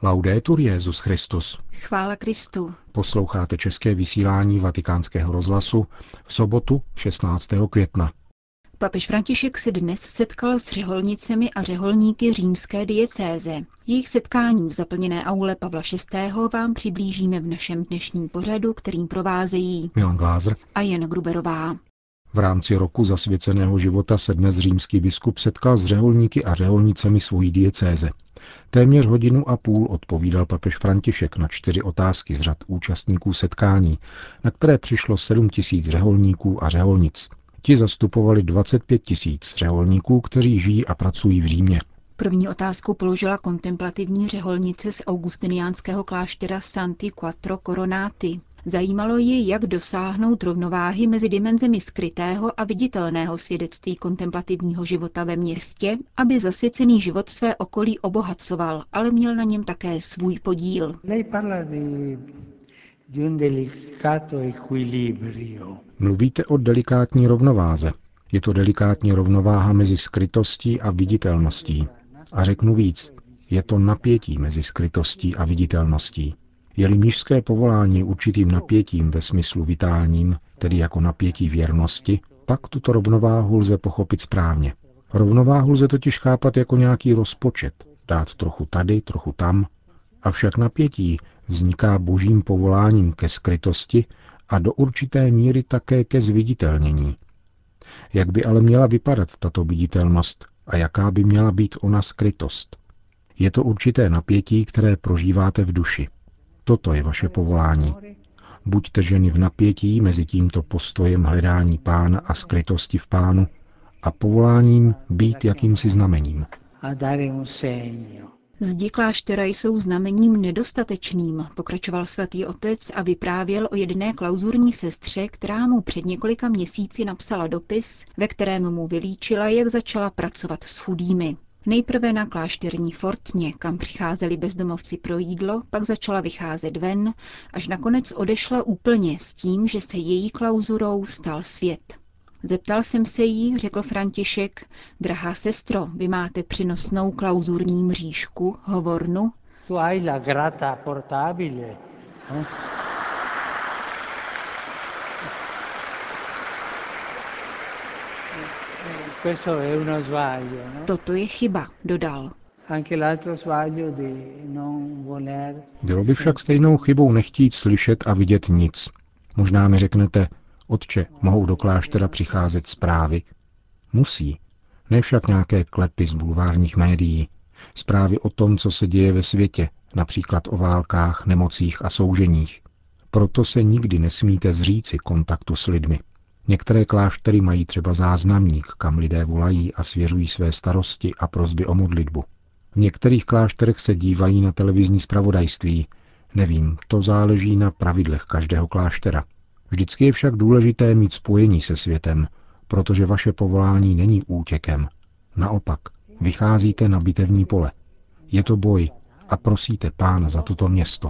Laudetur Jesus Christus. Chvála Kristu. Posloucháte české vysílání Vatikánského rozhlasu v sobotu 16. května. Papež František se dnes setkal s řeholnicemi a řeholníky římské diecéze. Jejich setkáním v zaplněné aule Pavla VI. Vám přiblížíme v našem dnešním pořadu, kterým provázejí Milan Glázer a Jana Gruberová. V rámci roku zasvěceného života se dnes římský biskup setkal s řeholníky a řeholnicemi svojí diecéze. Téměř 1,5 hodiny odpovídal papež František na 4 otázky z řad účastníků setkání, na které přišlo 7 000 řeholníků a řeholnic. Ti zastupovali 25 000 řeholníků, kteří žijí a pracují v Římě. První otázku položila kontemplativní řeholnice z augustiniánského kláštera Santi Quattro Coronati. Zajímalo ji, jak dosáhnout rovnováhy mezi dimenzemi skrytého a viditelného svědectví kontemplativního života ve městě, aby zasvěcený život své okolí obohacoval, ale měl na něm také svůj podíl. Mluvíte o delikátní rovnováze. Je to delikátní rovnováha mezi skrytostí a viditelností. A řeknu víc, je to napětí mezi skrytostí a viditelností. Je-li mnišské povolání určitým napětím ve smyslu vitálním, tedy jako napětí věrnosti, pak tuto rovnováhu lze pochopit správně. Rovnováhu lze totiž chápat jako nějaký rozpočet, dát trochu tady, trochu tam, avšak napětí vzniká božím povoláním ke skrytosti a do určité míry také ke zviditelnění. Jak by ale měla vypadat tato viditelnost a jaká by měla být ona skrytost? Je to určité napětí, které prožíváte v duši. Toto je vaše povolání. Buďte ženy v napětí mezi tímto postojem hledání Pána a skrytosti v Pánu a povoláním být jakýmsi znamením. Zdi kláštera jsou znamením nedostatečným, pokračoval svatý otec a vyprávěl o jedné klauzurní sestře, která mu před několika měsíci napsala dopis, ve kterém mu vylíčila, jak začala pracovat s chudými. Nejprve na klášterní fortně, kam přicházeli bezdomovci pro jídlo, pak začala vycházet ven, až nakonec odešla úplně s tím, že se její klauzurou stal svět. Zeptal jsem se jí, řekl František, drahá sestro, vy máte přenosnou klauzurní mřížku, hovornu? Tu hai la grata portabile. Toto je chyba, dodal. Bylo by však stejnou chybou nechtít slyšet a vidět nic. Možná mi řeknete, otče, mohou do kláštera přicházet zprávy? Musí. Ne však nějaké klepy z bulvárních médií. Zprávy o tom, co se děje ve světě, například o válkách, nemocích a souženích. Proto se nikdy nesmíte zříci kontaktu s lidmi. Některé kláštery mají třeba záznamník, kam lidé volají a svěřují své starosti a prosby o modlitbu. V některých klášterech se dívají na televizní zpravodajství. Nevím, to záleží na pravidlech každého kláštera. Vždycky je však důležité mít spojení se světem, protože vaše povolání není útěkem. Naopak, vycházíte na bitevní pole. Je to boj a prosíte Pána za toto město.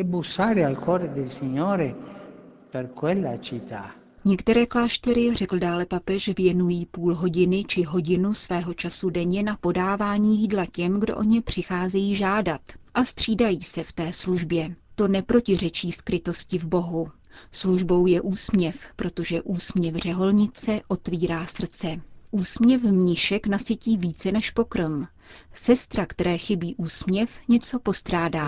Některé kláštery, řekl dále papež, věnují půl hodiny či hodinu svého času denně na podávání jídla těm, kdo o ně přicházejí žádat a střídají se v té službě. To neprotiřečí skrytosti v Bohu. Službou je úsměv, protože úsměv řeholnice otvírá srdce. Úsměv mníšek nasytí více než pokrm. Sestra, které chybí úsměv, něco postrádá.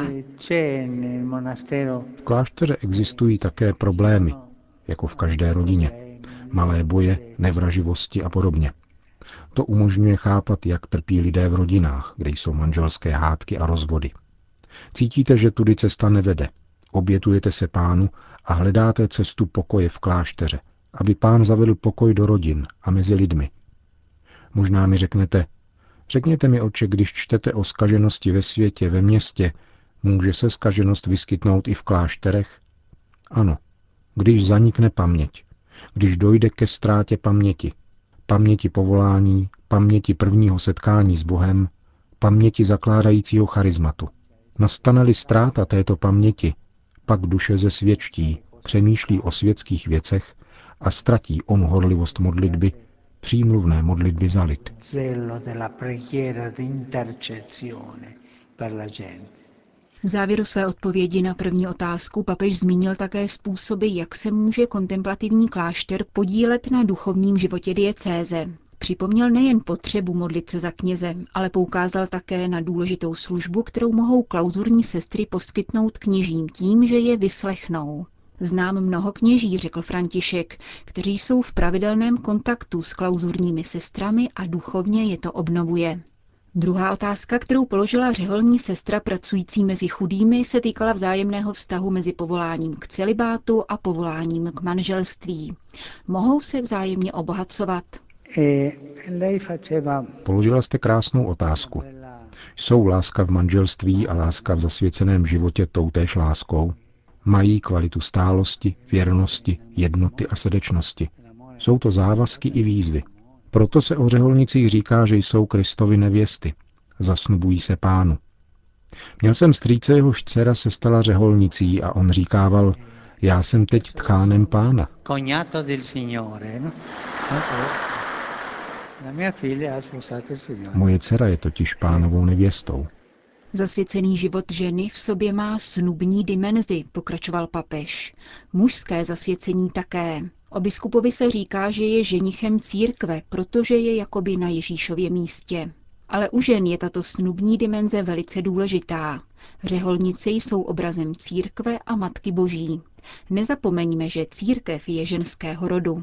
V klášteře existují také problémy, jako v každé rodině. Malé boje, nevraživosti a podobně. To umožňuje chápat, jak trpí lidé v rodinách, kde jsou manželské hádky a rozvody. Cítíte, že tudy cesta nevede. Obětujete se Pánu a hledáte cestu pokoje v klášteře, aby Pán zavedl pokoj do rodin a mezi lidmi. Možná mi řekněte mi, otče, když čtete o zkaženosti ve světě, ve městě, může se zkaženost vyskytnout i v klášterech? Ano, když zanikne paměť, když dojde ke ztrátě paměti povolání, paměti prvního setkání s Bohem, paměti zakládajícího charizmatu. Nastane-li ztráta této paměti, pak duše zesvědčí, přemýšlí o světských věcech a ztratí onu horlivost modlitby, přímluvné modlitby za lid. V závěru své odpovědi na první otázku papež zmínil také způsoby, jak se může kontemplativní klášter podílet na duchovním životě diecéze. Připomněl nejen potřebu modlit se za kněze, ale poukázal také na důležitou službu, kterou mohou klauzurní sestry poskytnout kněžím tím, že je vyslechnou. Znám mnoho kněží, řekl František, kteří jsou v pravidelném kontaktu s klauzurními sestrami a duchovně je to obnovuje. Druhá otázka, kterou položila řeholní sestra pracující mezi chudými, se týkala vzájemného vztahu mezi povoláním k celibátu a povoláním k manželství. Mohou se vzájemně obohacovat? Položila jste krásnou otázku. Jsou láska v manželství a láska v zasvěceném životě toutéž láskou? Mají kvalitu stálosti, věrnosti, jednoty a srdečnosti. Jsou to závazky i výzvy. Proto se o řeholnicích říká, že jsou Kristovy nevěsty. Zasnubují se Pánu. Měl jsem strýce, jehož dcera se stala řeholnicí a on říkával, já jsem teď tchánem Pána. Moje dcera je totiž Pánovou nevěstou. Zasvěcený život ženy v sobě má snubní dimenzi, pokračoval papež. Mužské zasvěcení také. O biskupovi se říká, že je ženichem církve, protože je jakoby na Ježíšově místě. Ale u žen je tato snubní dimenze velice důležitá. Řeholnice jsou obrazem církve a Matky Boží. Nezapomeňme, že církev je ženského rodu.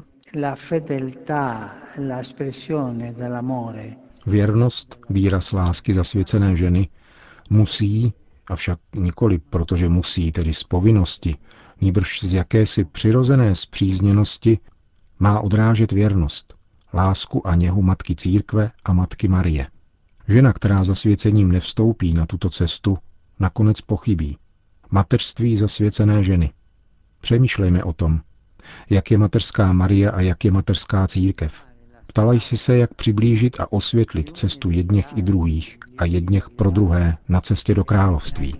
Věrnost, výraz lásky zasvěcené ženy, musí, avšak nikoli protože musí, tedy z povinnosti, nýbrž z jakési přirozené spřízněnosti, má odrážet věrnost, lásku a něhu Matky Církve a Matky Marie. Žena, která zasvěcením nevstoupí na tuto cestu, nakonec pochybí. Mateřství zasvěcené ženy. Přemýšlejme o tom, jak je mateřská Marie a jak je mateřská církev. Ptala jsi se, jak přiblížit a osvětlit cestu jedněch i druhých a jedněch pro druhé na cestě do království.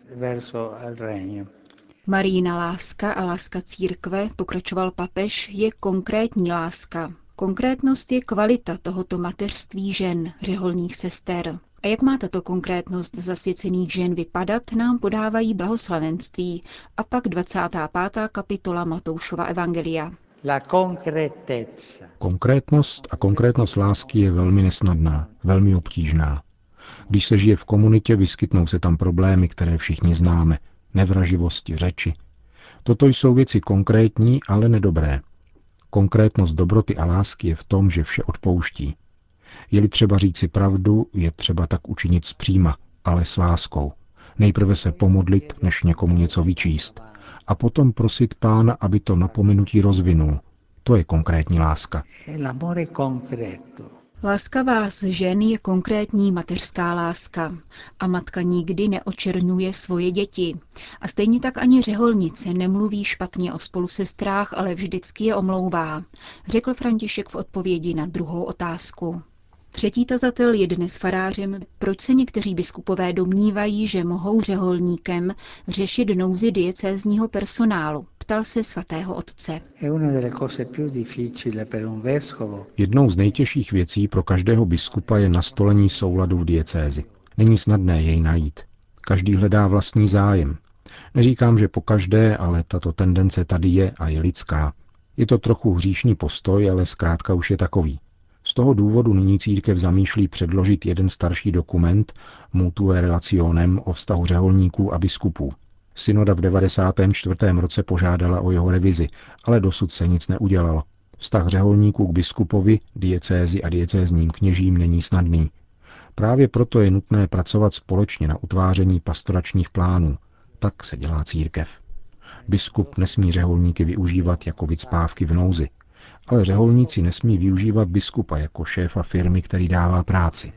Marijina láska a láska církve, pokračoval papež, je konkrétní láska. Konkrétnost je kvalita tohoto mateřství žen, řeholních sester. A jak má tato konkrétnost zasvěcených žen vypadat, nám podávají blahoslavenství a pak 25. kapitola Matoušova evangelia. Konkrétnost a konkrétnost lásky je velmi nesnadná, velmi obtížná. Když se žije v komunitě, vyskytnou se tam problémy, které všichni známe, nevraživosti, řeči. Toto jsou věci konkrétní, ale nedobré. Konkrétnost dobroty a lásky je v tom, že vše odpouští. Je-li třeba říci pravdu, je třeba tak učinit zpříma, ale s láskou. Nejprve se pomodlit, než někomu něco vyčíst. A potom prosit Pána, aby to napomenutí rozvinul. To je konkrétní láska. Láska vás, žen, je konkrétní mateřská láska. A matka nikdy neočerňuje svoje děti. A stejně tak ani řeholnice nemluví špatně o spolusestrách, ale vždycky je omlouvá, řekl František v odpovědi na druhou otázku. Třetí tazatel je dnes farářem, proč se někteří biskupové domnívají, že mohou řeholníkem řešit nouzi diecézního personálu. Ptal se svatého otce. Jednou z nejtěžších věcí pro každého biskupa je nastolení souladu v diecézi. Není snadné jej najít. Každý hledá vlastní zájem. Neříkám, že po každé, ale tato tendence tady je a je lidská. Je to trochu hříšný postoj, ale zkrátka už je takový. Z toho důvodu nyní církev zamýšlí předložit jeden starší dokument Mutue Relationem o vztahu řeholníků a biskupů. Synoda v 94. roce požádala o jeho revizi, ale dosud se nic neudělalo. Vztah řeholníků k biskupovi, diecézi a diecézním kněžím není snadný. Právě proto je nutné pracovat společně na utváření pastoračních plánů. Tak se dělá církev. Biskup nesmí řeholníky využívat jako vycpávky v nouzi, ale řeholníci nesmí využívat biskupa jako šéfa firmy, který dává práci.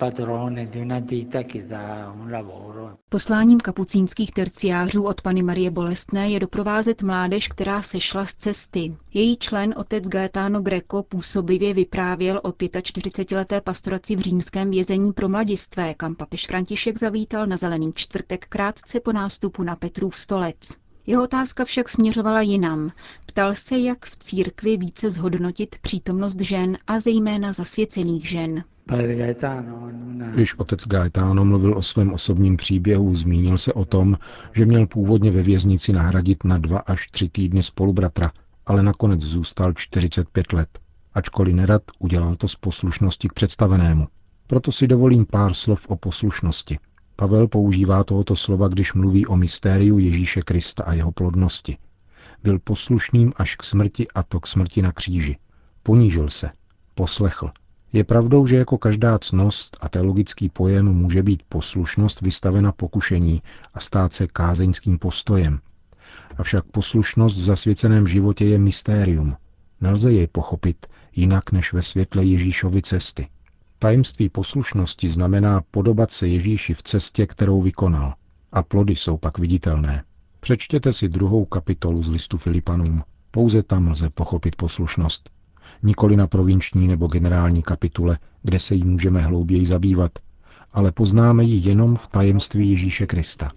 Posláním kapucínských terciářů od Panny Marie Bolestné je doprovázet mládež, která sešla z cesty. Její člen otec Gaetano Greco působivě vyprávěl o 45leté pastoraci v římském vězení pro mladistvé, kam papež František zavítal na Zelený čtvrtek krátce po nástupu na Petrův stolec. Jeho otázka však směřovala jinam. Ptal se, jak v církvi více zhodnotit přítomnost žen a zejména zasvěcených žen. Když otec Gaetano mluvil o svém osobním příběhu, zmínil se o tom, že měl původně ve věznici nahradit na 2 až 3 týdny spolubratra, ale nakonec zůstal 45 let. Ačkoliv nerad, udělal to z poslušnosti k představenému. Proto si dovolím pár slov o poslušnosti. Pavel používá tohoto slova, když mluví o mystériu Ježíše Krista a jeho plodnosti. Byl poslušným až k smrti, a to k smrti na kříži. Ponížil se, poslechl. Je pravdou, že jako každá ctnost a teologický pojem může být poslušnost vystavena pokušení a stát se kázeňským postojem. Avšak poslušnost v zasvěceném životě je mystérium. Nelze jej pochopit jinak než ve světle Ježíšovy cesty. Tajemství poslušnosti znamená podobat se Ježíši v cestě, kterou vykonal. A plody jsou pak viditelné. Přečtěte si 2. kapitolu z listu Filipanům. Pouze tam lze pochopit poslušnost. Nikoli na provinční nebo generální kapitule, kde se jí můžeme hlouběji zabývat, ale poznáme ji jenom v tajemství Ježíše Krista.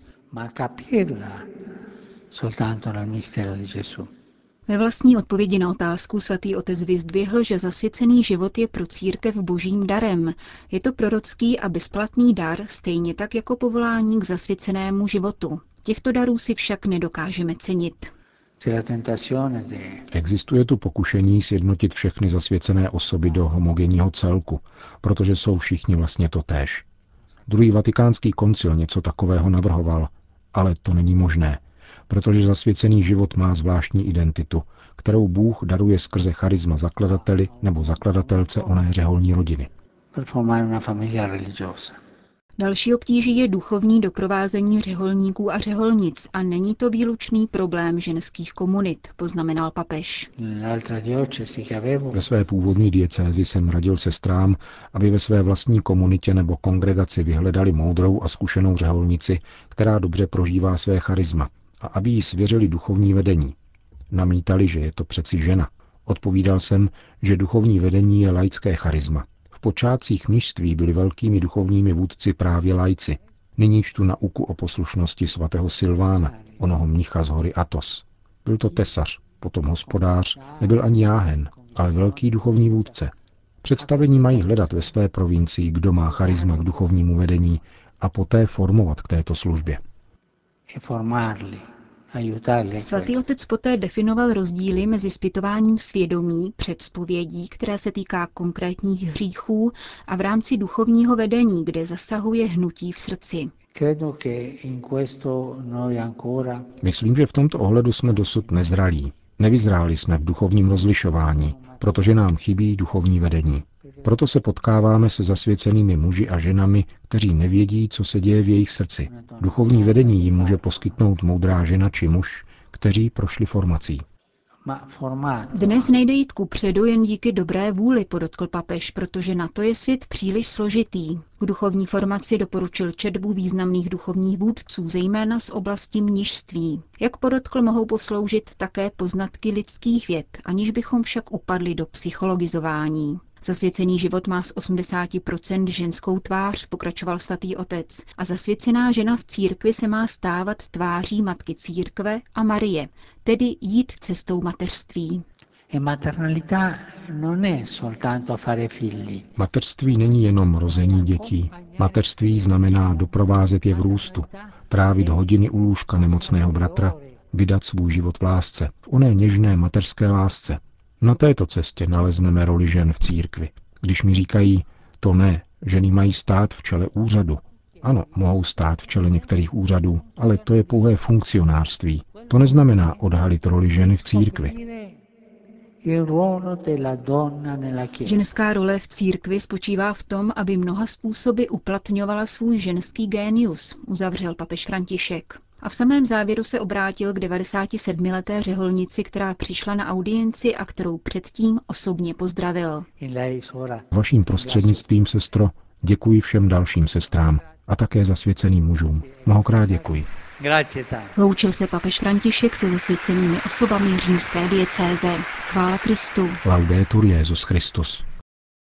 Ve vlastní odpovědi na otázku svatý otec vyzdvihl, že zasvěcený život je pro církev božím darem. Je to prorocký a bezplatný dar, stejně tak jako povolání k zasvěcenému životu. Těchto darů si však nedokážeme cenit. Existuje tu pokušení sjednotit všechny zasvěcené osoby do homogenního celku, protože jsou všichni vlastně totéž. Druhý vatikánský koncil něco takového navrhoval, ale to není možné, protože zasvěcený život má zvláštní identitu, kterou Bůh daruje skrze charisma zakladateli nebo zakladatelce oné řeholní rodiny. Další obtíží je duchovní doprovázení řeholníků a řeholnic a není to výlučný problém ženských komunit, poznamenal papež. Ve své původní diecézi jsem radil sestrám, aby ve své vlastní komunitě nebo kongregaci vyhledali moudrou a zkušenou řeholnici, která dobře prožívá své charisma, a aby jí svěřili duchovní vedení. Namítali, že je to přeci žena. Odpovídal jsem, že duchovní vedení je laické charisma. V počátcích mnišství byli velkými duchovními vůdci právě laici. Nyní čtu nauku o poslušnosti svatého Silvána, onoho mnicha z hory Athos. Byl to tesař, potom hospodář, nebyl ani jáhen, ale velký duchovní vůdce. Představení mají hledat ve své provincii, kdo má charisma k duchovnímu vedení, a poté formovat k této službě. Svatý otec poté definoval rozdíly mezi zpytováním svědomí před zpovědí, které se týká konkrétních hříchů, a v rámci duchovního vedení, kde zasahuje hnutí v srdci. Myslím, že v tomto ohledu jsme dosud nezralí. Nevyzráli jsme v duchovním rozlišování, protože nám chybí duchovní vedení. Proto se potkáváme se zasvěcenými muži a ženami, kteří nevědí, co se děje v jejich srdci. Duchovní vedení jim může poskytnout moudrá žena či muž, kteří prošli formací. Dnes nejde jít kupředu jen díky dobré vůli, podotkl papež, protože na to je svět příliš složitý. K duchovní formaci doporučil četbu významných duchovních vůdců, zejména z oblasti mnišství. Jak podotkl, mohou posloužit také poznatky lidských věd, aniž bychom však upadli do psychologizování. Zasvěcený život má z 80% ženskou tvář, pokračoval svatý otec, a zasvěcená žena v církvi se má stávat tváří matky církve a Marie, tedy jít cestou mateřství. Mateřství není jenom rození dětí. Mateřství znamená doprovázet je v růstu, trávit hodiny u lůžka nemocného bratra, vydat svůj život v lásce, v oné něžné mateřské lásce. Na této cestě nalezneme roli žen v církvi. Když mi říkají, to ne, ženy mají stát v čele úřadu. Ano, mohou stát v čele některých úřadů, ale to je pouhé funkcionářství. To neznamená odhalit roli ženy v církvi. Ženská role v církvi spočívá v tom, aby mnoha způsoby uplatňovala svůj ženský génius, uzavřel papež František. A v samém závěru se obrátil k 97leté řeholnici, která přišla na audienci a kterou předtím osobně pozdravil. Vaším prostřednictvím, sestro, děkuji všem dalším sestrám a také zasvěceným mužům. Mnohokrát děkuji. Loučil se papež František se zasvěcenými osobami římské diecéze. Chvála Kristu. Laudetur Jesus Christus.